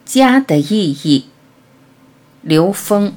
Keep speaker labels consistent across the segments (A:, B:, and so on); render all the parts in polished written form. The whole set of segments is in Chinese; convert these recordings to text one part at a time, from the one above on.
A: 家的意义，刘峰。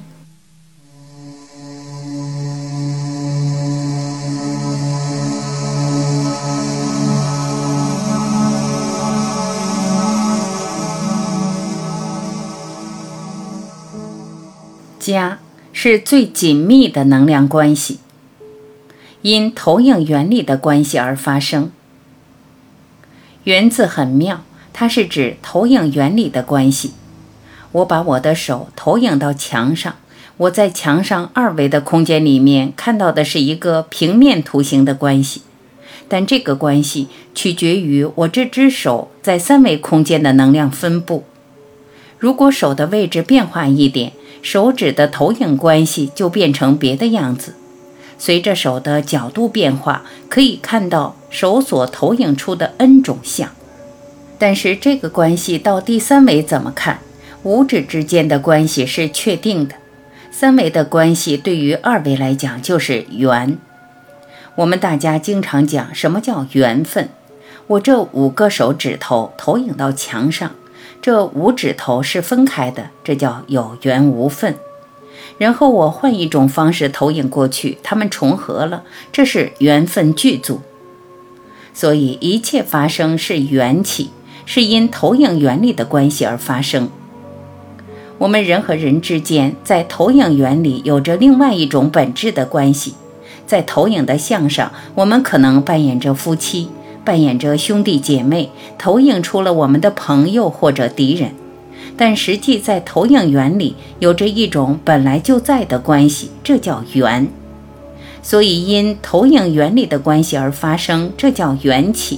A: 家是最紧密的能量关系，因投影原理的关系而发生。原字很妙，它是指投影原理的关系。我把我的手投影到墙上，我在墙上二维的空间里面看到的是一个平面图形的关系，但这个关系取决于我这只手在三维空间的能量分布。如果手的位置变化一点，手指的投影关系就变成别的样子。随着手的角度变化，可以看到手所投影出的 N 种像。但是这个关系到第三维怎么看？五指之间的关系是确定的，三维的关系对于二维来讲就是缘。我们大家经常讲什么叫缘分？我这5个手指头投影到墙上，这5指头是分开的，这叫有缘无分。然后我换一种方式投影过去，它们重合了，这是缘分具足。所以一切发生是缘起，是因投影原理的关系而发生。我们人和人之间在投影原理有着另外一种本质的关系，在投影的像上，我们可能扮演着夫妻，扮演着兄弟姐妹，投影出了我们的朋友或者敌人。但实际在投影原理有着一种本来就在的关系，这叫缘。所以因投影原理的关系而发生，这叫缘起。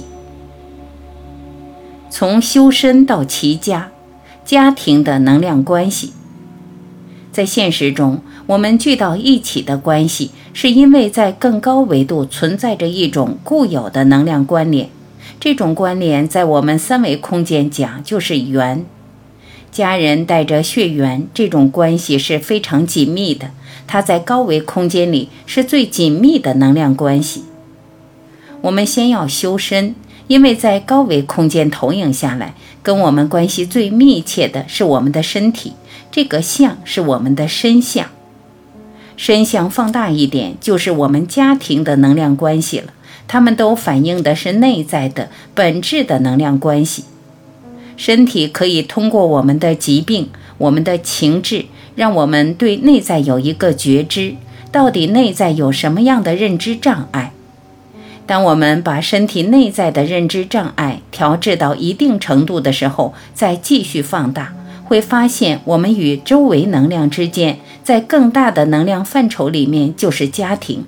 A: 从修身到齐家，家庭的能量关系，在现实中我们聚到一起的关系，是因为在更高维度存在着一种固有的能量关联，这种关联在我们三维空间讲就是缘。家人带着血缘，这种关系是非常紧密的，它在高维空间里是最紧密的能量关系。我们先要修身，因为在高维空间投影下来，跟我们关系最密切的是我们的身体，这个相是我们的身相。身相放大一点，就是我们家庭的能量关系了，它们都反映的是内在的本质的能量关系。身体可以通过我们的疾病，我们的情志，让我们对内在有一个觉知，到底内在有什么样的认知障碍。当我们把身体内在的认知障碍调制到一定程度的时候，再继续放大，会发现我们与周围能量之间，在更大的能量范畴里面就是家庭。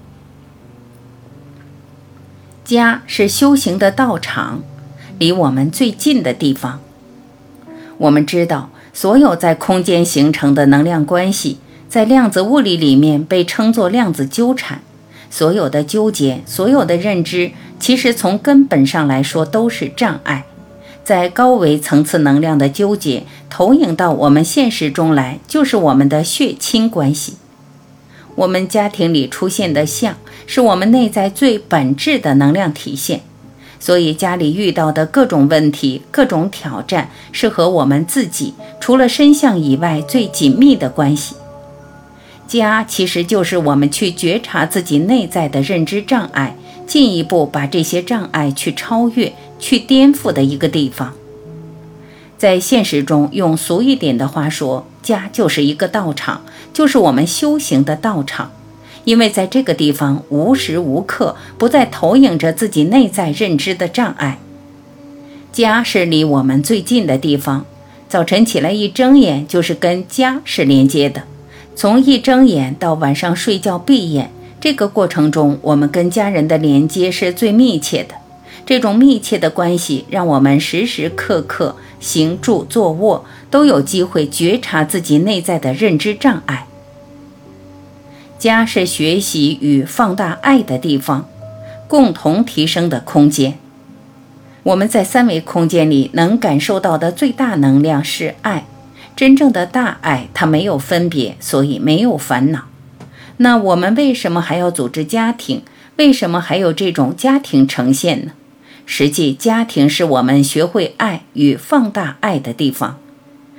A: 家是修行的道场，离我们最近的地方。我们知道，所有在空间形成的能量关系，在量子物理里面被称作量子纠缠。所有的纠结，所有的认知，其实从根本上来说都是障碍。在高维层次能量的纠结，投影到我们现实中来，就是我们的血亲关系。我们家庭里出现的相，是我们内在最本质的能量体现。所以家里遇到的各种问题，各种挑战，是和我们自己除了身相以外最紧密的关系。家其实就是我们去觉察自己内在的认知障碍，进一步把这些障碍去超越，去颠覆的一个地方。在现实中，用俗一点的话说，家就是一个道场，就是我们修行的道场。因为在这个地方无时无刻不再投影着自己内在认知的障碍。家是离我们最近的地方，早晨起来一睁眼就是跟家是连接的，从一睁眼到晚上睡觉闭眼，这个过程中我们跟家人的连接是最密切的。这种密切的关系让我们时时刻刻行住坐卧都有机会觉察自己内在的认知障碍。家是学习与放大爱的地方，共同提升的空间。我们在三维空间里能感受到的最大能量是爱，真正的大爱，它没有分别，所以没有烦恼。那我们为什么还要组织家庭？为什么还有这种家庭呈现呢？实际家庭是我们学会爱与放大爱的地方。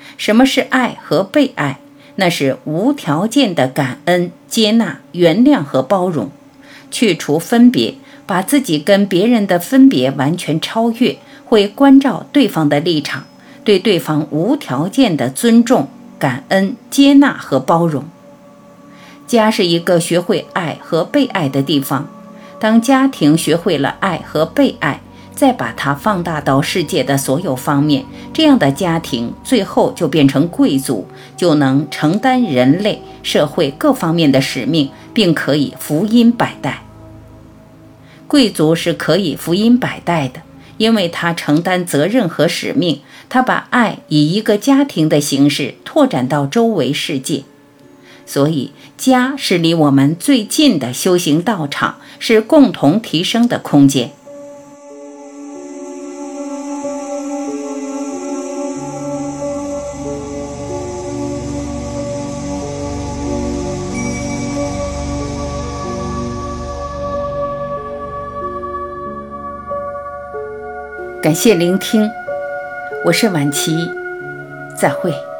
A: 什么是爱和被爱？那是无条件的感恩、接纳、原谅和包容，去除分别，把自己跟别人的分别完全超越，会关照对方的立场，对对方无条件的尊重、感恩、接纳和包容。家是一个学会爱和被爱的地方，当家庭学会了爱和被爱，再把它放大到世界的所有方面，这样的家庭最后就变成贵族，就能承担人类社会各方面的使命，并可以福音百代。贵族是可以福音百代的，因为他承担责任和使命，他把爱以一个家庭的形式拓展到周围世界。所以家是离我们最近的修行道场，是共同提升的空间。感谢聆听，我是婉琪，再会。